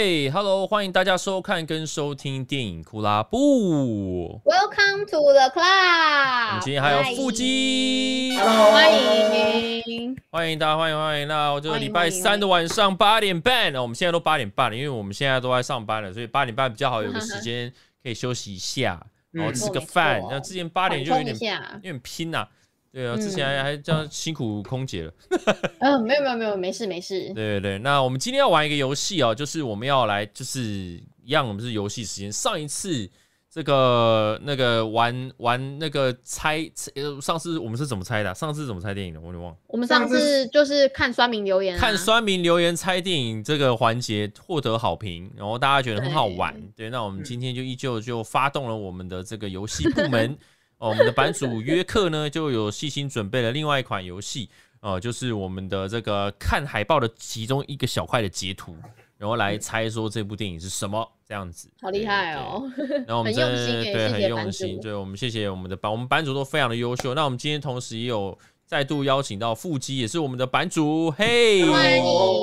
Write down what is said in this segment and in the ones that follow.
嘿 ，Hello， 欢迎大家收看跟收听电影库拉布。 Welcome to the club。 我们今天还有腹肌 ，Hello， 欢迎大家，欢迎。那这个礼拜三的晚上8点半，我们现在都8点半了，因为我们现在都在上班了，所以8点半比较好，有个时间可以休息一下，然后吃个饭。那之前8点就有点拼呐。对啊，之前还这样辛苦空姐了。 没有，没事。 对，那我们今天要玩一个游戏哦，就是我们要来，就是一样，我们是游戏时间。上一次这个玩那个猜，上次我们是怎么猜的？上次怎么猜电影的？我有点忘了。 我们上次就是看酸民留言， 看酸民留言猜电影这个环节获得好评，然后大家觉得很好玩。对，那我们今天就依旧就发动了我们的这个游戏部门。我们的版主约克呢，就有细心准备了另外一款游戏，就是我们的这个看海报的其中一个小块的截图，然后来猜说这部电影是什么，这样子。 好厉害哦！ 然后我们真的对很用心，对我们谢谢我们版主都非常的优秀。那我们今天同时也有再度邀请到腹肌，也是我们的版主，嘿， 欢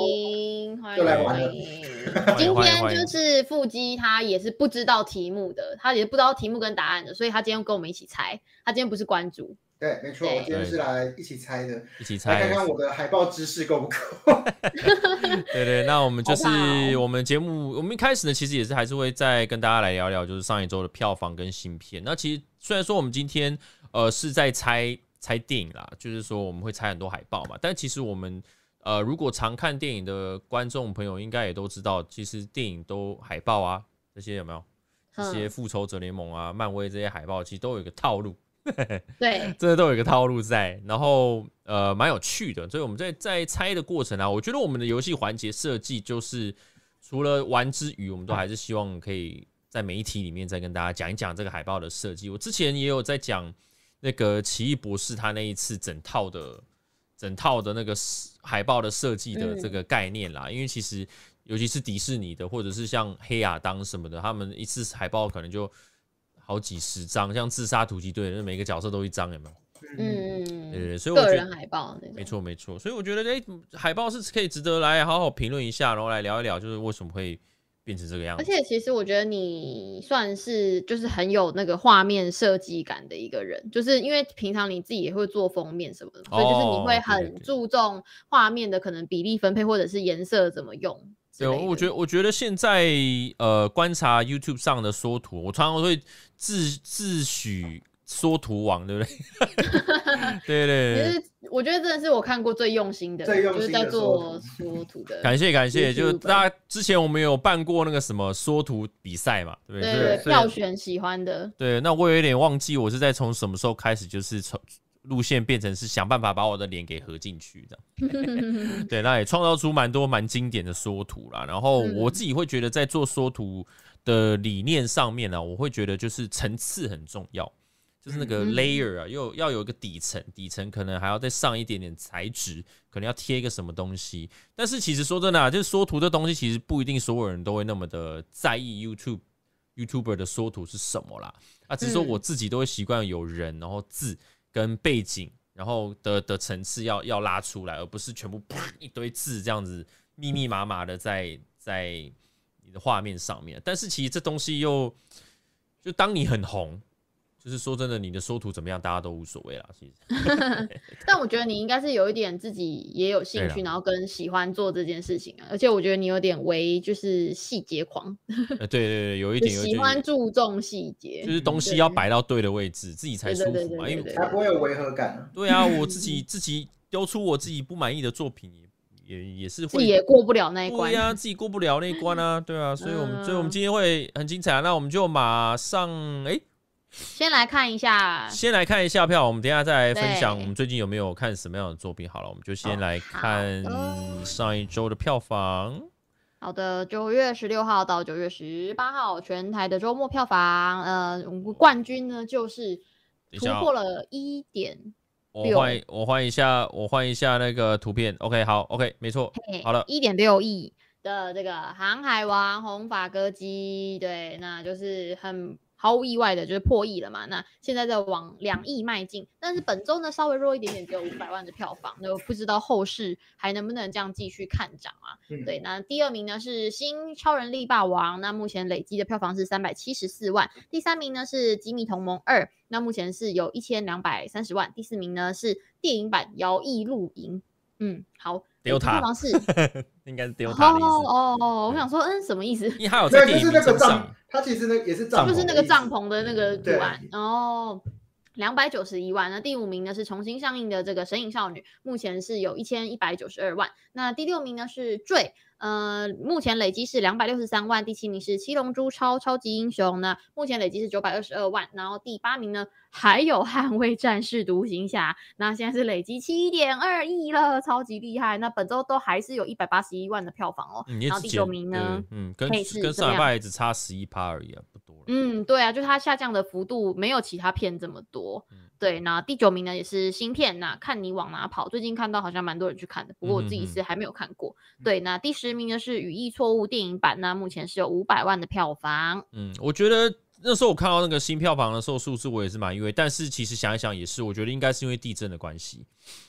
迎。今天就是腹肌，他也是不知道题目的，他也不知道题目跟答案的，所以他今天跟我们一起猜。他今天不是关主， 对，没错，我今天是来一起猜的， 来看看我的海报知识够不够。 对，那我们就是我们节目，我们一开始呢，其实也是还是会再跟大家来聊聊，就是上一周的票房跟新片。那其实虽然说我们今天是在猜电影啦，就是说我们会猜很多海报嘛，但其实我们如果常看电影的观众朋友应该也都知道，其实电影都海报啊这些有没有？这些复仇者联盟啊、漫威这些海报其实都有一个套路。 对， 这都有一个套路在，然后蛮有趣的，所以我们在猜的过程啊，我觉得我们的游戏环节设计就是除了玩之余，我们都还是希望可以在每一题里面再跟大家讲一讲这个海报的设计。我之前也有在讲那个奇异博士他那一次整套的那个海报的设计的这个概念啦，因为其实尤其是迪士尼的或者是像黑亚当什么的，他们一次海报可能就好几十张，像自杀突击队，每个角色都一张，有没有？对，所以我觉得个人海报没错，所以我觉得海报是可以值得来好好评论一下，然后来聊一聊，就是为什么会变成这个样子。 而且其实我觉得你算是就是很有那个画面设计感的一个人，就是因为平常你自己也会做封面什么的，所以就是你会很注重画面的可能比例分配或者是颜色怎么用。 对，我觉得现在观察 YouTube 上的缩图，我常常会自诩缩图王，对不对？对。 其实我觉得真的是我看过最用心的，就是在做缩图的。 感谢，就是大家之前我们有办过那个什么缩图比赛嘛，对不对？ 对，票选喜欢的。 对，那我有点忘记我是在从什么时候开始，就是从路线变成是想办法把我的脸给合进去的。对，那也创造出蛮多蛮经典的缩图啦。然后我自己会觉得在做缩图的理念上面呢，我会觉得就是层次很重要，就是那个 layer 啊，要有一个底层可能还要再上一点点材质，可能要贴一个什么东西。但是其实说真的啊，就是缩图的东西其实不一定所有人都会那么的在意 YouTuber 的缩图是什么啦。只是说我自己都会习惯有人，然后字跟背景，然后的层次要拉出来，而不是全部一堆字这样子密密麻麻的在你的画面上面。但是其实这东西就当你很红，就是说真的，你的缩图怎么样，大家都无所谓啦。其实， 但我觉得你应该是有一点自己也有兴趣，然后跟喜欢做这件事情啊。而且我觉得你有点就是细节狂。 对，有一点喜欢注重细节， 就是东西要摆到对的位置，自己才舒服嘛。因为才不会有违和感。 对啊，我自己丢出我自己不满意的作品，也是会自己也过不了那一关。 对啊，自己过不了那一关啊。对啊，所以我们今天会很精彩啊。那我们就马上先来看一下票，我们等一下再来分享我们最近有没有看什么样的作品。好了，我们就先来看上一周的票房。 好的，9月16号到9月18号全台的周末票房，冠军呢就是突破了1.6。 我换一下那个图片。OK， 好 ，OK， 没错，好了 ，1.6亿的这个《航海王》红发歌姬，对，那就是很毫无意外的就是破亿了嘛，那现在在往2亿迈进，但是本周呢稍微弱一点点，只有500万的票房，那不知道后市还能不能这样继续看涨啊？对，那第2名呢是新超人力霸王，那目前累积的票房是374万，第3名呢是机密同盟2，那目前是有1230万，第4名呢是电影版摇曳露营，好。 丢塔票房是应该是丢塔的意思我想说什么意思？ 因为还有在电影名称上， 它其实也是帐篷， 就是那个帐篷的那个图案291万。那第5名呢是重新上映的这个神隐少女，目前是有1192万。那第6名呢是坠，目前累积是263万。第7名是七龙珠超级英雄，那目前累积是922万。然后第8名呢还有捍卫战士独行侠，那现在是累积7.2亿了，超级厉害。那本周都还是有181万的票房哦。然后第9名呢， 跟上礼拜只差11%而已啊，不多了。 对啊，就是它下降的幅度没有其他片这么多。对，那第9名呢也是新片，那看你往哪跑。最近看到好像蛮多人去看的，不过我自己是还没有看过。对，那第10名呢是语义错误电影版，那目前是有500万的票房。 我觉得那时候我看到那个新票房的时候数字，我也是蛮意外。但是其实想一想也是，我觉得应该是因为地震的关系。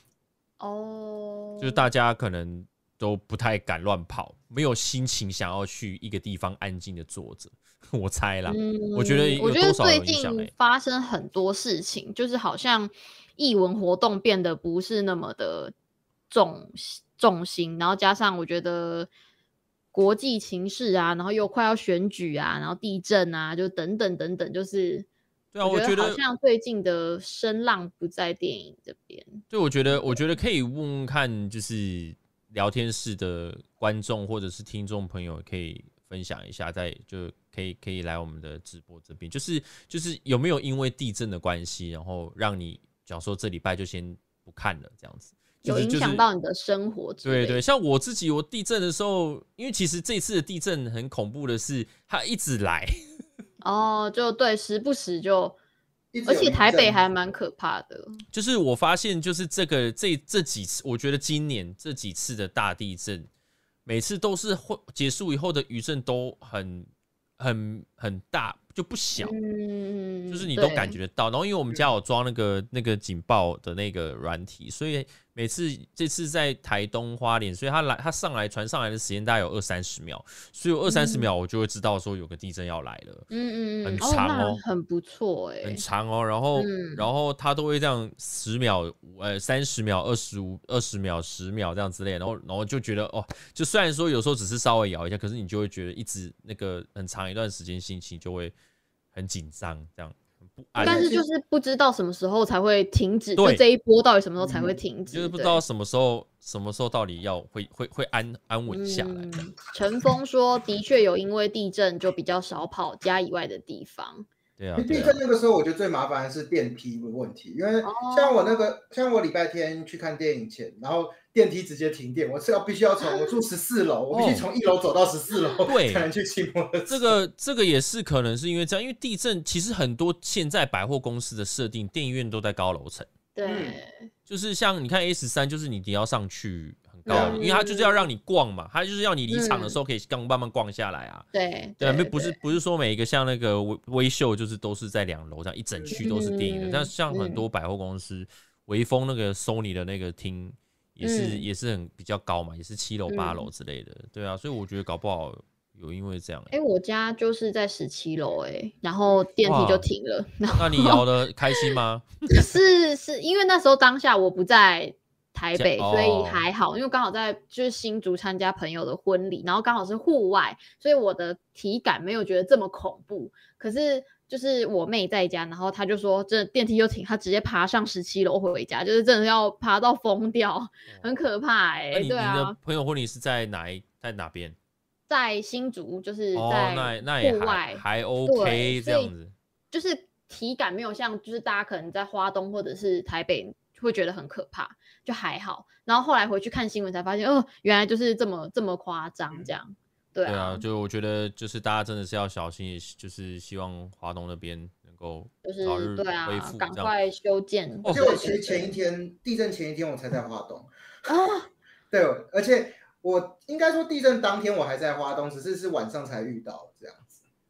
就是大家可能都不太敢乱跑，没有心情想要去一个地方安静的坐着。我猜啦，我觉得有多少有影响。 最近发生很多事情，就是好像艺文活动变得不是那么的重心，然后加上我觉得国际情势啊，然后又快要选举啊，然后地震啊，就等等等等，就是对啊， 我觉得好像最近的声浪不在电影这边。 对，我觉得可以问问看，就是聊天室的观众或者是听众朋友可以分享一下，就可以来我们的直播这边，就是有没有因为地震的关系，然后让你讲说这礼拜就先不看了这样子。 有影响到你的生活之类的。 对，像我自己，我地震的时候，因为其实这次的地震很恐怖的是，它一直来。 就对，时不时就，而且台北还蛮可怕的。 就是我发现，就是这几次，我觉得今年这几次的大地震，每次都是结束以后的余震都很大，就不小，就是你都感觉得到。然后因为我们家有装那个警报的那个软体，所以每次这次在台东花莲，所以他传上来的时间大概有20-30秒，所以有20-30秒我就会知道说有个地震要来了。很长哦， 很不错很长哦。然后他都会这样10秒、30秒、20秒、10秒这样之类，然后就觉得就虽然说有时候只是稍微摇一下，可是你就会觉得一直那个很长一段时间心情就会很紧张，这样。 但是就是不知道什么时候才会停止，就这一波到底什么时候才会停止， 就是不知道什么时候到底要会安稳下来。 陈峰说，的确有因为地震就比较少跑家以外的地方。 对啊， 地震那个时候我觉得最麻烦的是电梯的问题，因为像我礼拜天去看电影前，然后电梯直接停电，我必须要我住14楼，我必须从1楼走到14楼，才能去骑摩托车。 这个也是可能是因为这样，因为地震其实很多现在百货公司的设定，电影院都在高楼层。 对， 就是像你看 A13，就是你要上去很高，因为它就是要让你逛嘛，它就是要你离场的时候可以慢慢逛下来啊。 对， 不是说每一个像那个微秀，就是都是在2楼这样一整区都是电影的，但像很多百货公司，微风那个 Sony 的那个厅也是很比较高嘛，也是7楼8楼之类的。对啊，所以我觉得搞不好有因为这样。 我家就是在17楼然后电梯就停了。 那你摇的开心吗？ 是因为那时候当下我不在台北，所以还好，因为刚好在就是新竹参加朋友的婚礼，然后刚好是户外，所以我的体感没有觉得这么恐怖。可是就是我妹在家，然后她就说这电梯就停，她直接爬上17楼回家，就是真的要爬到疯掉，很可怕对啊。 你的朋友婚礼是在哪边？ 在新竹，就是在那也户外还 OK 这样子， 就是体感没有像就是大家可能在花东或者是台北会觉得很可怕，就还好。然后后来回去看新闻才发现，原来就是这么夸张这样。对啊， 就我觉得就是大家真的是要小心，就是希望华东那边能够早日恢复， 赶快修建。 而且我其实地震前一天我才在华东对，而且我应该说地震当天我还在花东，只是晚上才遇到这样子。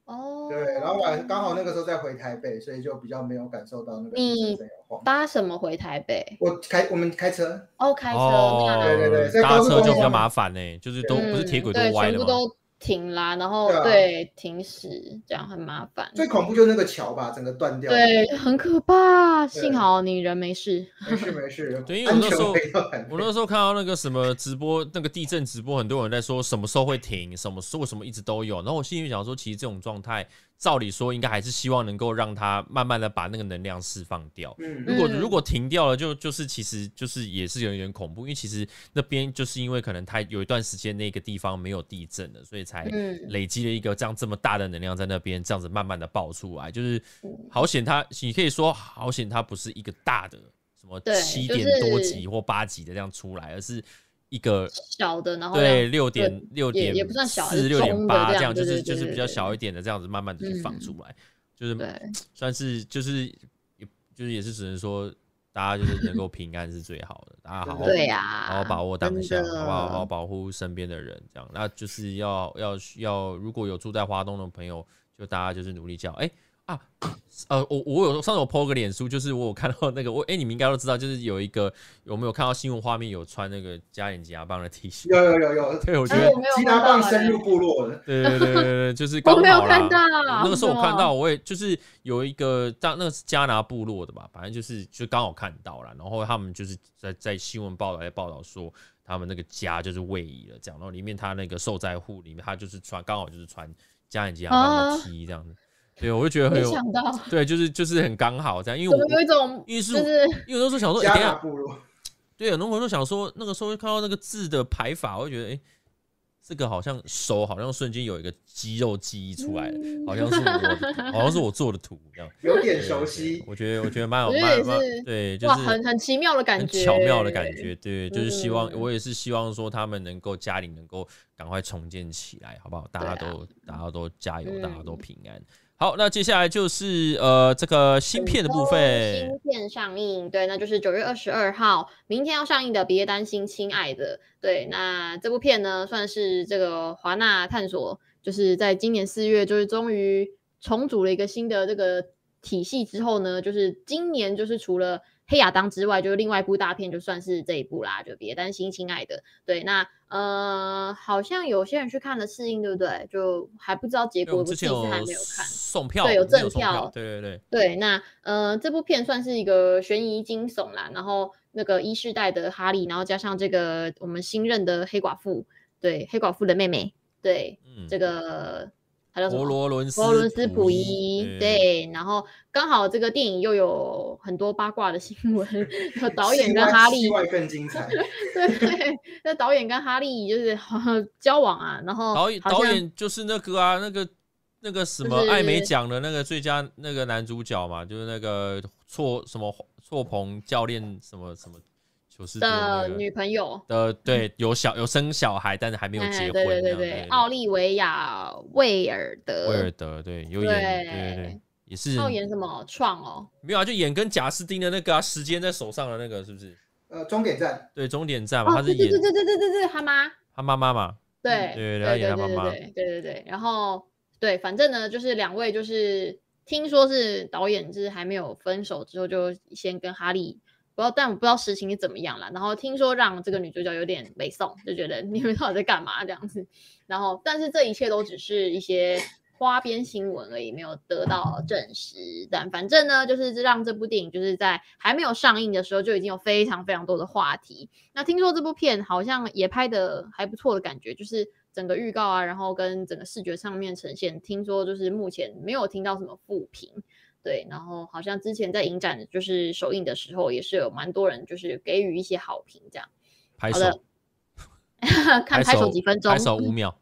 哦， 对，然后刚好那个时候在回台北，所以就比较没有感受到那个地震真有晃。 搭什么回台北？ 我们开车。 哦，开车。 对，在搭车就比较高速公路上麻烦就是都不是铁轨都歪了吗？ 全部都停啦，然后对停驶，这样很麻烦。 最恐怖就是那个桥吧，整个断掉。 对，很可怕。幸好你人没事。 没事。 对，因为我那时候看到那个什么直播，那个地震直播，很多人在说什么时候会停，为什么一直都有。然后我心里想说，其实这种状态，照理说应该还是希望能够让它慢慢的把那个能量释放掉。如果停掉了，就是其实就是也是有点恐怖，因为其实那边就是因为可能它有一段时间那个地方没有地震了，所以才累积了一个这么大的能量在那边，这样子慢慢的爆出来。就是好险你可以说好险它不是一个大的什么7点多级或8级的这样出来，而是一个小的，然后对6.4、 也不算小 6.8这样，就是比较小一点的这样子，慢慢的去放出来，就是算是就是也是只能说大家就是能够平安是最好的，大家好好把握当下，好不好？好好保护身边的人，这样。那就是要如果有住在花东的朋友，就大家就是努力叫我上次我 po 个脸书，就是我有看到那个你们应该都知道，就是有没有看到新闻画面有穿那个嘉联吉拿棒的 T 恤？ 有。 对，我觉得吉拿棒深入部落了。 对，就是刚好啦。 我没有看到， 那个时候我看到，我也就是有一个那个是嘉拿部落的吧，反正就刚好看到了，然后他们就是在新闻报道说他们那个家就是位移了，这样，然后里面他那个受灾户里面他就是刚好就是穿嘉联吉拿棒的 T 这样子。对，我就觉得很有想到， 对，就是很刚好这样，因为我有一种， 因为那时候想说， 嘉拿部落， 对，有那时候想说，那个时候看到那个字的排法，我就觉得，这个好像手好像瞬间有一个肌肉记忆出来了，好像是我做的图这样， 有点熟悉。 我觉得蛮对，就是很奇妙的感觉， 很巧妙的感觉，对，就是我也是希望说他们家里能够赶快重建起来，好不好？大家都加油，大家都平安。好，那接下来就是这个新片的部分。 新片上映，对，那就是9月22号，明天要上映的《别担心，亲爱的》。对，那这部片呢，算是这个华纳探索，就是在今年4月，就是终于重组了一个新的这个体系之后呢，就是今年就是除了黑亚当之外，就是另外一部大片，就算是这一部啦，就别担心，亲爱的。对，那好像有些人去看了试映，对不对？就还不知道结果，我自己还没有看。 送票， 对，有赠票， 对。 那这部片算是一个悬疑惊悚啦，然后那个1世代的哈利，然后加上这个我们新任的黑寡妇，对，黑寡妇的妹妹，对，这个他叫什么？佛罗伦斯普伊，对，然后刚好这个电影又有很多八卦的新闻，有导演跟哈利戏外更精彩， 对，那导演跟哈利就是交往啊，然后导演就是那个什么艾美奖的那个最佳那个男主角嘛，就是那个错棚教练什么球士的女朋友的，对，有生小孩，但是还没有结婚。 对，奥利维亚威尔德， 对，有演，对，也是。 要演什么创哦？ 没有啊，就演跟贾斯汀的那个时间在手上的那个，是不是？ 终点站。 对，终点站嘛，他是演对，他妈妈嘛。 对，他演他妈妈。 对，然后。对，反正呢，就是两位就是听说是导演，就是还没有分手之后，就先跟哈利但我不知道实情是怎么样啦。然后听说让这个女主角有点北宋，就觉得你们到底在干嘛这样子。然后，但是这一切都只是一些花边新闻而已，没有得到证实。但反正呢，就是让这部电影就是在还没有上映的时候就已经有非常非常多的话题。那听说这部片好像也拍得还不错的感觉，就是整个预告啊，然后跟整个视觉上面呈现，听说就是目前没有听到什么负评，对，然后好像之前在影展就是首映的时候，也是有蛮多人就是给予一些好评，这样。 拍手， 看拍手几分钟， 拍手5秒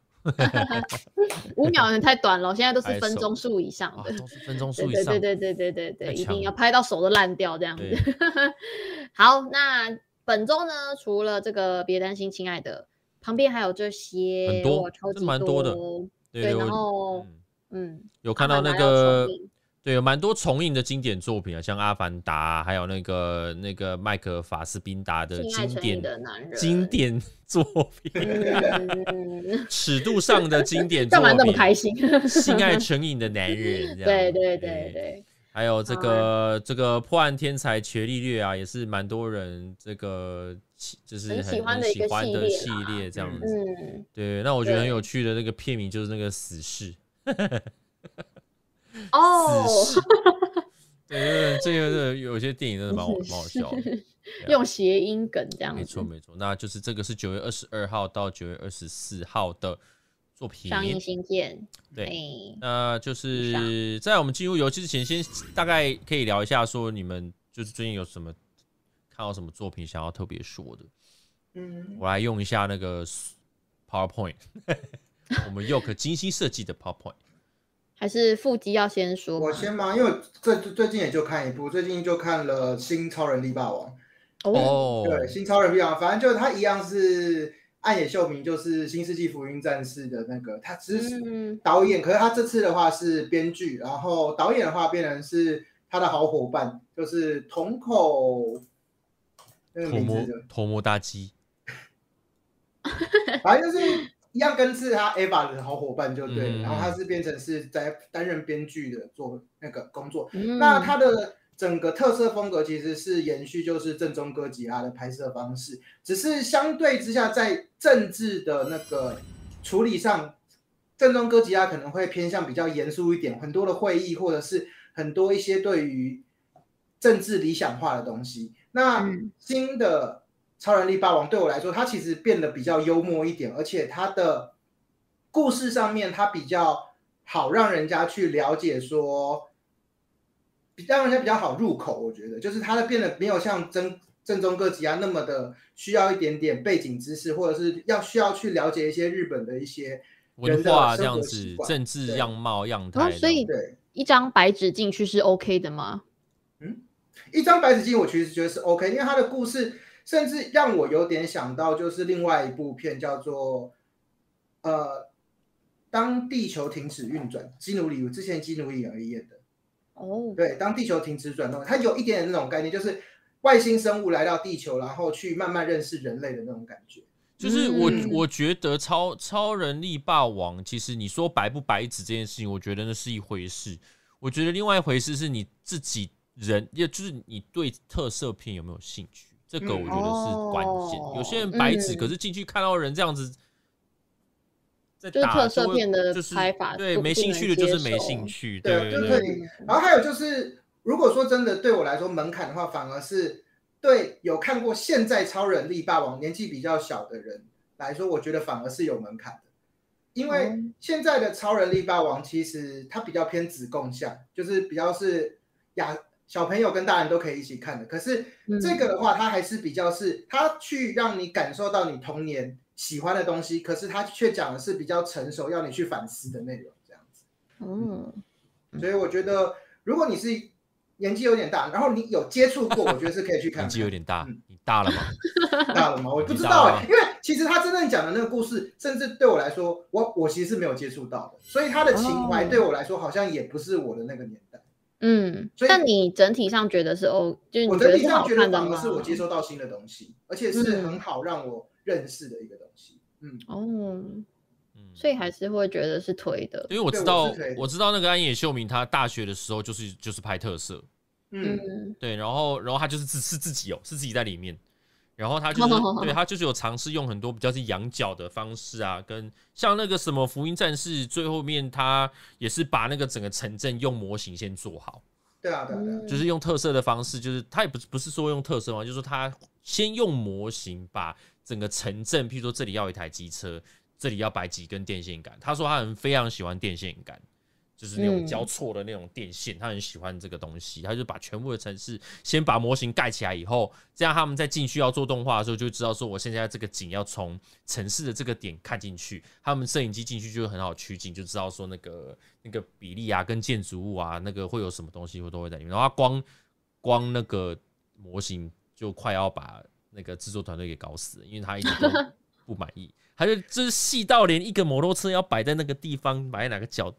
，5秒有点太短了，现在都是分钟数以上的， 都是分钟数以上， 对，一定要拍到手都烂掉这样子。好，那本周呢，除了这个别担心，亲爱的。旁边还有这些， 很多， 超级蛮多的。 对，然后有看到那个对，有蛮多重映的经典作品啊，像《阿凡达》，还有那个麦克法斯宾达的经典作品，尺度上的经典作品， 干嘛那么开心？ 性爱成瘾的男人，这样对。 还有这个破案天才伽利略啊，也是蛮多人这个就是很喜欢的系列这样子。对，那我觉得很有趣的那个片名就是那个死侍。 哦， 对，这个有些电影真的蛮好笑的， 用谐音梗这样子。 没错，那就是这个是9月22号到9月24号的作品上映新片。 对，那就是在我们进入游戏之前，先大概可以聊一下，说你们就是最近有什么看到什么作品想要特别说的？我来用一下那个 PowerPoint， 我们 Yoke 精心设计的 PowerPoint。 还是腹肌要先说吗？ 我先吗？因为最近也就看一部，最近就看了《新超人力霸王》。对，《新超人力霸王》，反正就是他一样是岸野秀明，就是《新世纪福音战士》的那个，他只是导演，可是他这次的话是编剧，然后导演的话变成是他的好伙伴，就是瞳口那个名字头摩大基， 反正就是。一样跟是他 Eva 的好伙伴就对，然后他是变成是在担任编剧的做那个工作。那他的整个特色风格其实是延续就是正宗哥吉拉的拍摄方式，只是相对之下在政治的那个处理上，正宗哥吉拉可能会偏向比较严肃一点，很多的会议或者是很多一些对于政治理想化的东西。那新的超人力霸王对我来说，它其实变得比较幽默一点，而且它的故事上面它比较好让人家去了解说，让人家比较好入口。我觉得就是它的变得没有像正宗哥吉拉那么的需要一点点背景知识，或者是需要去了解一些日本的一些文化这样子，政治样貌样态。 所以一张白纸进去是 OK 的吗？ 一张白纸进去我其实觉得是 OK， 因为它的故事。甚至让我有点想到，就是另外一部片叫做当地球停止运转，基努里维之前基努里维演的。对，当地球停止转动，它有一点点那种概念，就是外星生物来到地球，然后去慢慢认识人类的那种感觉。 就是我觉得超人力霸王，其实你说白不白纸这件事情，我觉得那是一回事。我觉得另外一回事是你自己人，也就是你对特色片有没有兴趣。这个我觉得是关键。有些人白纸，可是进去看到人这样子在打， 就是特色片的拍法， 对，没兴趣的就是没兴趣，对。 然后还有就是，如果说真的对我来说门槛的话，反而是对有看过现在超人力霸王年纪比较小的人来说，我觉得反而是有门槛的，因为现在的超人力霸王其实它比较偏子供向，就是比较是小朋友跟大人都可以一起看的，可是这个的话，它还是比较是它去让你感受到你童年喜欢的东西，可是它却讲的是比较成熟，要你去反思的内容，这样子。所以我觉得，如果你是年纪有点大，然后你有接触过，我觉得是可以去看。 年纪有点大，你大了吗？ 大了吗？我不知道因为其实他真正讲的那个故事，甚至对我来说，我其实是没有接触到的，所以他的情怀对我来说，好像也不是我的那个年代。 但你整体上觉得是就是我整体上觉得反而是我接收到新的东西，而且是很好让我认识的一个东西。 所以还是会觉得是推的， 因为我知道那个安野秀明，他大学的时候就是拍特色，对，然后他就是自己在里面。然后他就是对他就是有尝试用很多比较是仰角的方式啊，跟像那个什么福音战士最后面他也是把那个整个城镇用模型先做好。 对啊， 就是用特色的方式，就是他也不是说用特色嘛，就是说他先用模型把整个城镇，譬如说这里要一台机车，这里要摆几根电线杆。他说他非常喜欢电线杆，就是那种交错的那种电线，他很喜欢这个东西。他就把全部的城市先把模型盖起来以后，这样他们在进去要做动画的时候，就知道说我现在这个景要从城市的这个点看进去，他们摄影机进去就会很好取景，就知道说那个比例啊，跟建筑物啊，那个会有什么东西，都会在里面。然后他光那个模型就快要把那个制作团队给搞死了，因为他一直都不满意，他就是细到连一个摩托车要摆在那个地方，摆在哪个角度。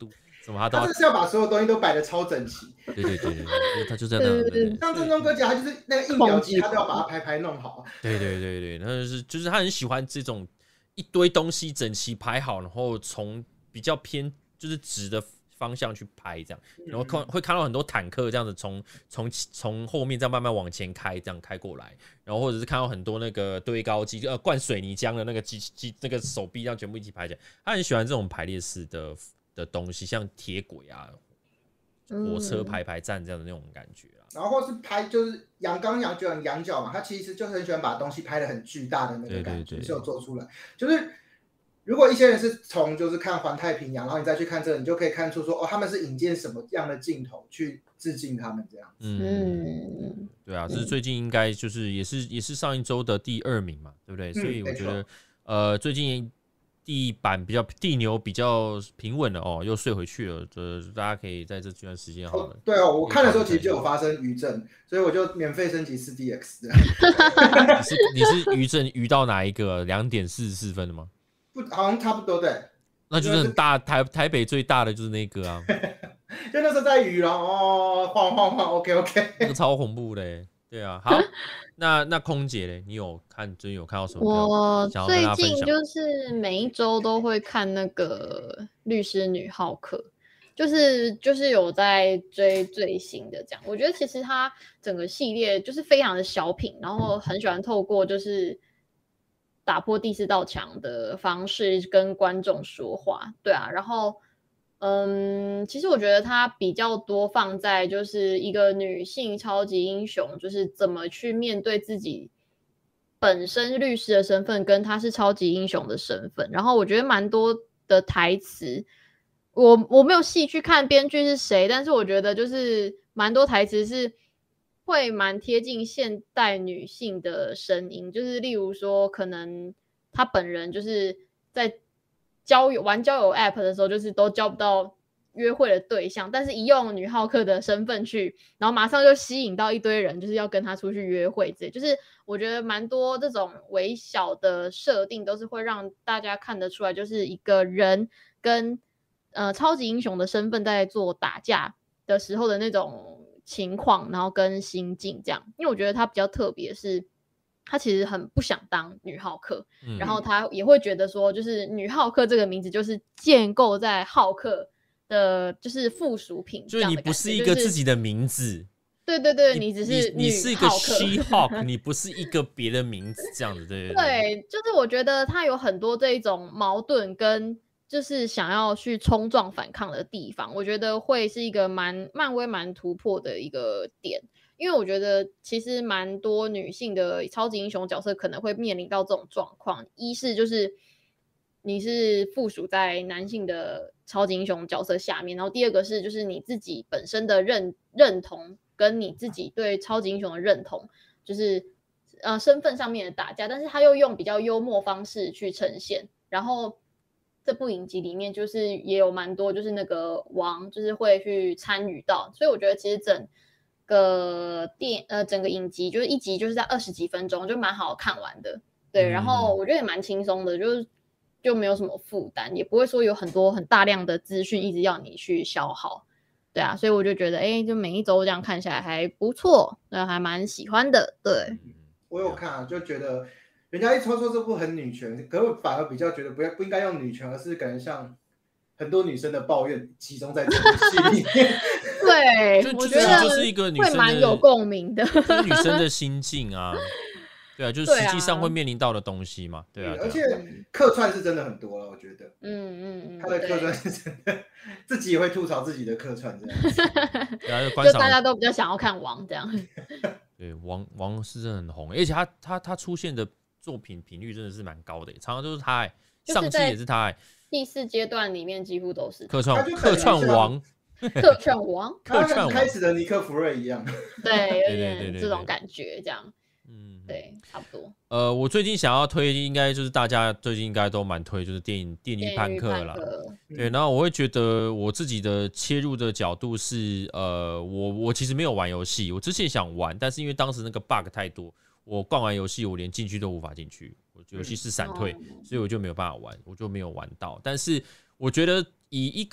什么他都他就是要把所有东西都摆得超整齐。 对，他就这样。 像正宗哥讲，他就是那个印表机，他都要把它排弄好。 对，那就是他很喜欢这种一堆东西整齐排好，然后从比较偏就是直的方向去拍这样，然后会看到很多坦克这样子从后面这样慢慢往前开，这样开过来，然后或者是看到很多那个堆高机灌水泥浆的那个机那个手臂，这样全部一起排起来。他很喜欢这种排列式的东西，像铁轨啊、火车排站这样的那种感觉啊。 然后或是拍就是羊角嘛，他其实就是很喜欢把东西拍得很巨大的那个感觉，是有做出来。就是如果一些人是从就是看环太平洋，然后你再去看这个，你就可以看出说他们是引荐什么样的镜头去致敬他们这样子。 对啊，这是最近应该就是也是上一周的第2名嘛，对不对？所以我觉得最近地牛比较平稳了哦，又睡回去了，大家可以在这段时间好了。 对哦，我看的时候其实就有发生余震，所以我就免费升级 4DX 你是余震余到哪一个？2.44分的吗？ 不，好像差不多对。 那就是很大，台北最大的就是那个啊。 就那时候在雨了晃 OK， 那个超恐怖的。对啊，好，那空姐嘞，你最近有看到什么？ 我最近就是每一周都会看那个律师女浩克，就是有在追最新的这样。我觉得其实它整个系列就是非常的小品，然后很喜欢透过就是打破第4道墙的方式跟观众说话，对啊，然后。其实我觉得它比较多放在就是一个女性超级英雄，就是怎么去面对自己本身律师的身份跟她是超级英雄的身份。然后我觉得蛮多的台词，我没有细去看编剧是谁，但是我觉得就是蛮多台词是会蛮贴近现代女性的声音，就是例如说可能她本人就是在玩交友 app 的时候，就是都交不到约会的对象，但是一用女浩克的身份去，然后马上就吸引到一堆人，就是要跟他出去约会之类。就是我觉得蛮多这种微小的设定都是会让大家看得出来，就是一个人跟超级英雄的身份在做打架的时候的那种情况，然后跟心境这样。因为我觉得他比较特别是他其实很不想当女浩克，然后他也会觉得说就是女浩克这个名字就是建构在浩克的就是附属品， 就是你不是一个自己的名字， 对，你只是你是一个 She-Hulk 你不是一个别的名字这样子。对， 就是我觉得他有很多这一种矛盾跟就是想要去冲撞反抗的地方，我觉得会是一个漫威蛮突破的一个点。因为我觉得其实蛮多女性的超级英雄角色可能会面临到这种状况，一是就是你是附属在男性的超级英雄角色下面，然后第二个是就是你自己本身的认同跟你自己对超级英雄的认同，就是身份上面的打架，但是他又用比较幽默方式去呈现。然后这部影集里面就是也有蛮多就是那个王就是会去参与到，所以我觉得其实整个影集就是一集就是在20几分钟就蛮好看完的。对，然后我觉得也蛮轻松的，就没有什么负担，也不会说有很多很大量的资讯一直要你去消耗。对啊，所以我就觉得就每一周这样看下来还不错，还蛮喜欢的。对， 我有看啊，就觉得人家一说这部很女权，可是反而比较觉得不应该用女权，而是感觉像很多女生的抱怨集中在这部戏里面。 对，我觉得就是一个女生会蛮有共鸣的， 就是女生的心境啊。对啊，就是实际上会面临到的东西嘛。对啊， 而且客串是真的很多了，我觉得。他的客串是真的，自己也会吐槽自己的客串这样子。 就大家都比较想要看王这样。 对，王是真的很红，而且他出现的作品频率真的是蛮高的，常常都是他上季也是他第4阶段里面几乎都是客串王。 客串王， 跟开始的尼克弗瑞一样。 对，有点这种感觉这样。对，差不多。 我最近想要推，应该就是大家最近应该都蛮推，就是电影《电狱判客》啦。对，然后我会觉得我自己的切入的角度是，我其实没有玩游戏，我之前想玩，但是因为当时那个 bug 太多，我逛完游戏我连进去都无法进去，我游戏是闪退，所以我就没有办法玩，我就没有玩到。但是我觉得以一个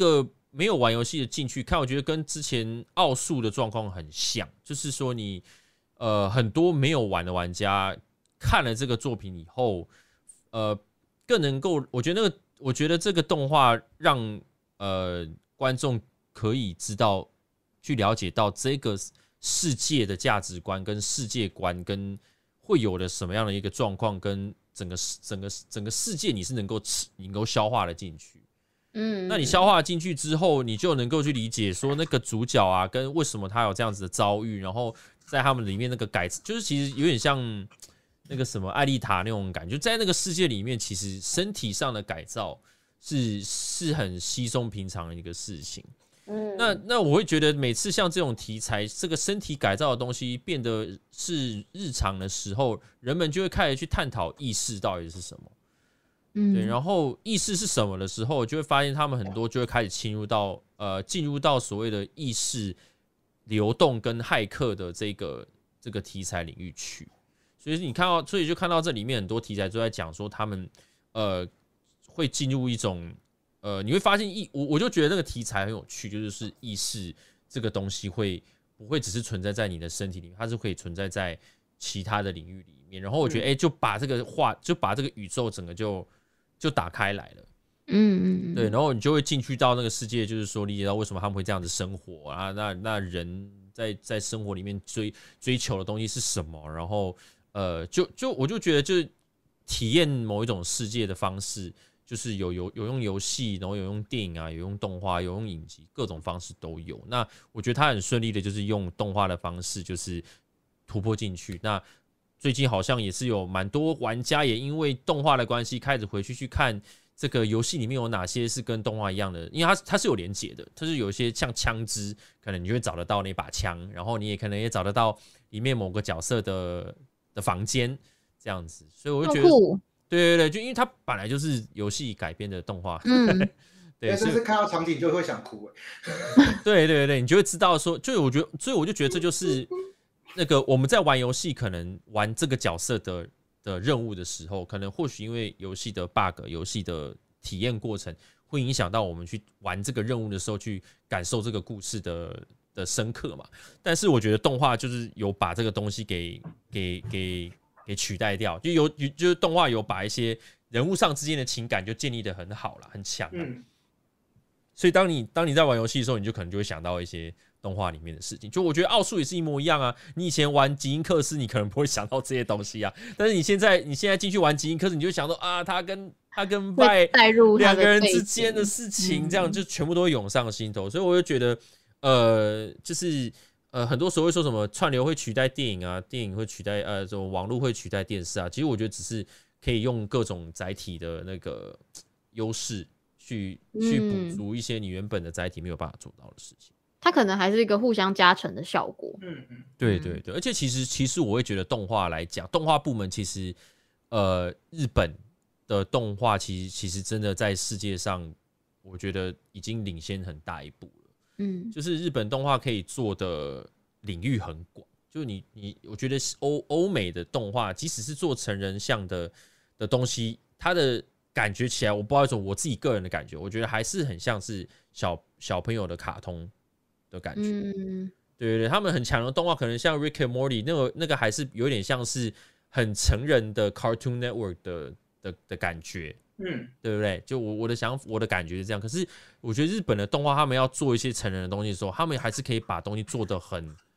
没有玩游戏的进去看，我觉得跟之前奥数的状况很像，就是说你很多没有玩的玩家看了这个作品以后，更能够，我觉得这个动画让观众可以知道，去了解到这个世界的价值观跟世界观跟会有的什么样的一个状况，跟整个世界你是能够消化的进去。那你消化进去之后，你就能够去理解说那个主角啊，跟为什么他有这样子的遭遇，然后在他们里面那个就是其实有点像那个什么艾丽塔那种感觉，在那个世界里面，其实身体上的改造是很稀松平常的一个事情。那我会觉得每次像这种题材，这个身体改造的东西变得是日常的时候，人们就会开始去探讨意识到底是什么。对，然后意识是什么的时候，就会发现他们很多就会开始进入到所谓的意识流动跟骇客的这个题材领域去。所以就看到这里面很多题材都在讲说他们会进入一种你会发现我就觉得那个题材很有趣，就是意识这个东西不会只是存在在你的身体里面，它是可以存在在其他的领域里面。然后我觉得就把这个宇宙整个就打开来了。对，然后你就会进去到那个世界，就是说理解到为什么他们会这样子生活啊，那人在生活里面追求的东西是什么，然后我就觉得就是体验某一种世界的方式，就是有用游戏，然后有用电影啊，有用动画，有用影集，各种方式都有。那我觉得他很顺利的，就是用动画的方式，就是突破进去。那最近好像也是有蛮多玩家也因为动画的关系，开始回去看这个游戏里面有哪些是跟动画一样的，因为它是有连结的，它是有一些像枪支，可能你就会找得到那把枪，然后你也可能也找得到里面某个角色的房间这样子，所以我就觉得，对，就因为它本来就是游戏改编的动画， 对，甚至看到场景就会想哭。 对，你就会知道说，所以我就觉得这就是那个我们在玩游戏，可能玩这个角色的任务的时候，可能或许因为游戏的 bug、游戏的体验过程，会影响到我们去玩这个任务的时候，去感受这个故事的深刻嘛。但是我觉得动画就是有把这个东西给取代掉，就是动画有把一些人物上之间的情感就建立得很好了，很强。所以当你在玩游戏的时候，你就可能就会想到一些动画里面的事情。就我觉得奥数也是一模一样啊。你以前玩吉因克斯，你可能不会想到这些东西啊。但是你现在进去玩吉因克斯，你就想到啊，他跟拜两个人之间的事情，这样就全部都会涌上心头。所以我就觉得，就是很多时候会说什么串流会取代电影啊，电影会取代这种网络会取代电视啊。其实我觉得只是可以用各种载体的那个优势。去补足一些你原本的载体没有办法做到的事情， 它可能还是一个互相加成的效果。 对，而且其实我会觉得动画来讲，动画部门其实日本的动画其实真的在世界上，我觉得已经领先很大一步了。就是日本动画可以做的领域很广，就我觉得欧美的动画，即使是做成人向的东西，它的感觉起来，我不知道我自己个人的感觉，我觉得还是很像是小朋友的卡通的感觉。对，他们很强的动画，可能像 Rick and Morty 那个还是有点像是很成人的 Cartoon Network 的感觉。对不对？就我的感觉是这样。可是我觉得日本的动画，他们要做一些成人的东西的时候，他们还是可以把东西做得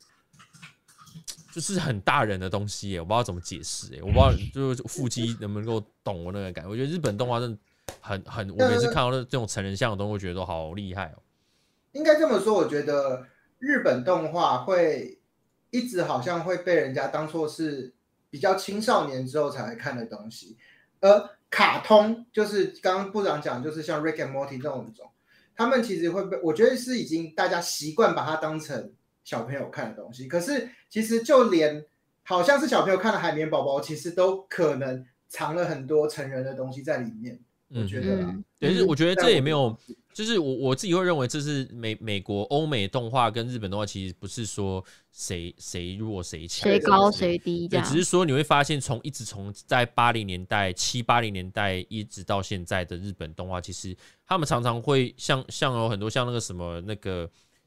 就是很大人的东西耶，我不知道怎么解释耶，我不知道就是腹肌能不能够懂我那个感觉。我觉得日本动画真的很，我每次看到这种成人像的东西，我觉得都好厉害哦。 应该这么说，我觉得日本动画会一直好像会被人家当作是比较青少年之后才会看的东西，而卡通就是刚刚部长讲，就是像 Rick and Morty 这种，他们其实会被我觉得是已经大家习惯把它当成小朋友看的东西，可是其实就连好像是小朋友看的海绵宝宝，其实都可能藏了很多成人的东西在里面。 我觉得对，我觉得这也没有，就是我自己会认为这是美国欧美动画跟日本动画其实不是说谁弱谁强， 谁高谁低这样， 只是说你会发现一直从在80年代70、80年代一直到现在的日本动画，其实他们常常会像有很多像那个什么那个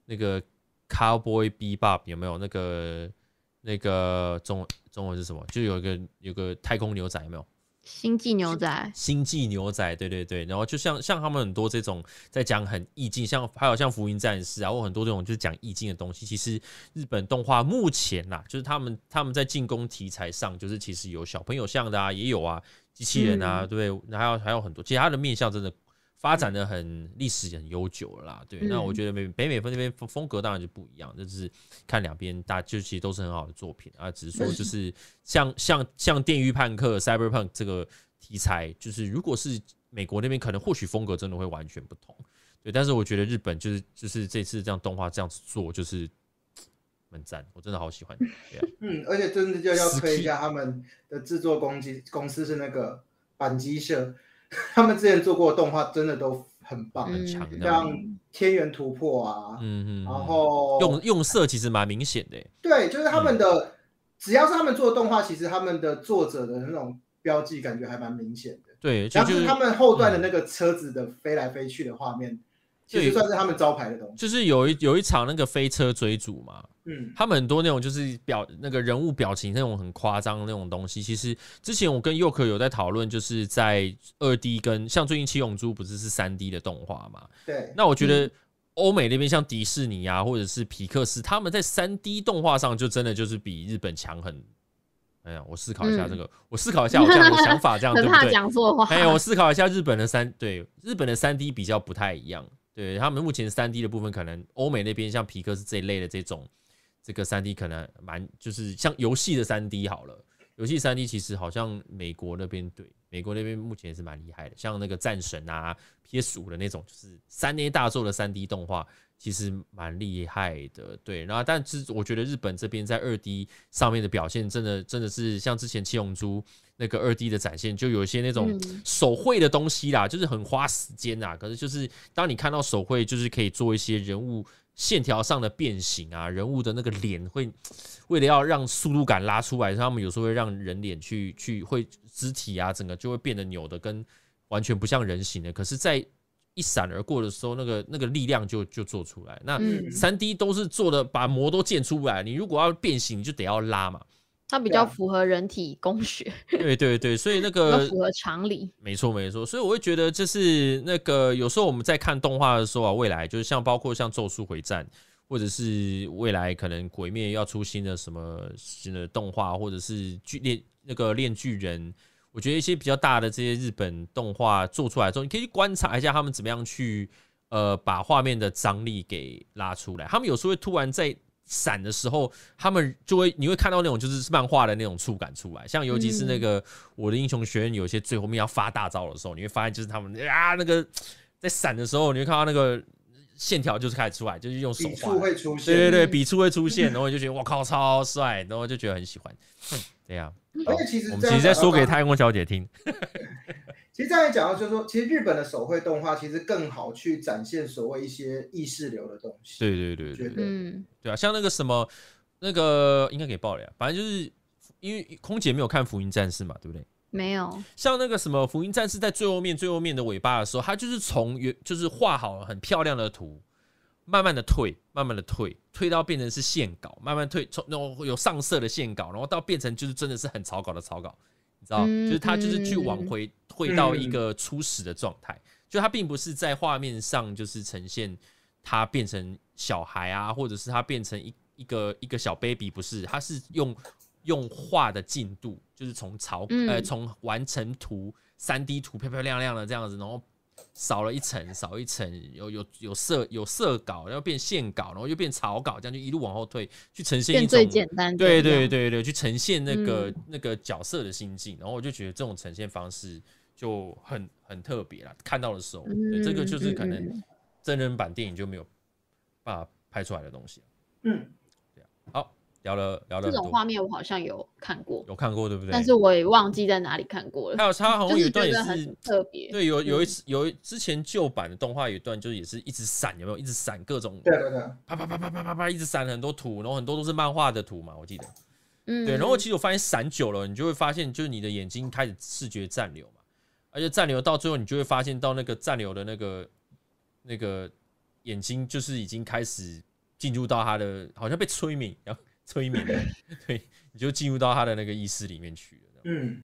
Cowboy Bebop 有没有那个中文是什么？就有个太空牛仔有没有？ 星际牛仔， 星际牛仔，对对对，然后就像他们很多这种在讲很意境，还有像福音战士啊，或很多这种就是讲意境的东西，其实日本动画目前啦，就是他们在进攻题材上，就是其实有小朋友像的啊，也有啊，机器人啊，对不对？还有很多，其实它的面向真的发展的历史很悠久了啦，对。那我觉得北美那边风格当然就不一样，就是看两边就其实都是很好的作品啊，只是说就是像电狱判客 Cyberpunk 这个题材，就是如果是美国那边，可能或许风格真的会完全不同，对。但是我觉得日本就是这次这样动画这样子做，就是很赞，我真的好喜欢。 而且真的就要推一下他们的制作公司是那个板机社。他们之前做过的动画真的都很棒， 很强， 像《天元突破》啊，然后用色其实蛮明显的， 对，就是他们的，只要是他们做的动画，其实他们的作者的那种标记感觉还蛮明显的， 对， 然后就是他们后段的那个车子的飞来飞去的画面，其实算是他们招牌的东西， 就是有一场那个飞车追逐嘛，他们很多那种就是那个人物表情那种很夸张的那种东西，其实之前我跟 Yoke 有在讨论，就是在2D 跟像最近七龙珠不是3D 的动画嘛， 对， 那我觉得欧美那边像迪士尼啊或者是皮克斯，他们在3D 动画上就真的就是比日本强很。哎呀，我思考一下这个，我思考一下我这样的想法，这样对不对？ 很怕讲错话。 哎，我思考一下日本的3D 比较不太一样。对，他们目前3D 的部分，可能欧美那边像皮克斯这一类的这个3D 可能就是像游戏的3D 好了，游戏3D 其实好像美国那边目前也是蛮厉害的，像那个战神啊 PS5 的那种就是3A 大作的3D 动画，其实蛮厉害的，对。然后但是我觉得日本这边在2D 上面的表现真的是像之前七龙珠那个2D 的展现，就有一些那种手绘的东西啦，就是很花时间啦。可是就是当你看到手绘，就是可以做一些人物线条上的变形啊，人物的那个脸会为了要让速度感拉出来，他们有时候会让人脸去会肢体啊，整个就会变得扭的跟完全不像人形的。可是，在一闪而过的时候，那个力量就做出来。那3D 都是做的把模都建出来，你如果要变形，你就得要拉嘛。 它比较符合人体工学， 对对对，所以那个符合常理， 没错没错。所以我会觉得，就是那个有时候我们在看动画的时候啊，未来就是包括像《咒术回战》，或者是未来可能《鬼灭》要出新的动画，或者是炼巨人，我觉得一些比较大的这些日本动画做出来之后，你可以去观察一下他们怎么样去把画面的张力给拉出来。他们有时候会突然在闪的时候，他们你会看到那种就是漫画的那种触感出来，像尤其是那个我的英雄学院有些最后面要发大招的时候，你会发现就是他们那个在闪的时候，你会看到那个线条就是开始出来，就是用手画， 笔触会出现， 对对对，笔触会出现，然后你就觉得哇靠超帅，然后就觉得很喜欢，对呀。 而且其实我们其实在说给太空小姐听。 其实这样也讲到，就是说，其实日本的手绘动画其实更好去展现所谓一些意识流的东西。 对对对对，对啊，像那个什么，那个应该给爆了呀。反正就是因为空姐没有看《福音战士》嘛，对不对？ 没有。 像那个什么《福音战士》在最后面的尾巴的时候，它就是就是画好了很漂亮的图，慢慢的退到变成是线稿，慢慢退，从有上色的线稿，然后到变成就是真的是很草稿的草稿。你知道，就是他就是去往回退到一个初始的状态，就他并不是在画面上就是呈现他变成小孩啊，或者是他变成一个小 baby， 不是，他是用画的进度，就是从完成图 3D 图漂漂亮亮的这样子，然后少一层，有色稿，然后变线稿，然后又变草稿，这样就一路往后退，去呈现一种最简单， 对对对对，去呈现那个角色的心境，然后我就觉得这种呈现方式就很特别啦。看到的时候，对，这个就是可能真人版电影就没有办法拍出来的东西。 对啊。好， 聊了这种画面我好像有看过， 对不对？ 但是我也忘记在哪里看过了。 还有他好像有一段也是很特别， 对，有之前旧版的动画有一段就是也是一直闪，有没有？一直闪各种， 对， 啪啪啪啪啪啪啪，一直闪很多图，然后很多都是漫画的图嘛，我记得。对，然后其实我发现闪久了，你就会发现就是你的眼睛开始视觉暂留嘛，而且暂留到最后，你就会发现到那个暂留的那个眼睛就是已经开始进入到他的，好像被催眠，然后催眠了，对，你就进入到他的那个意识里面去了。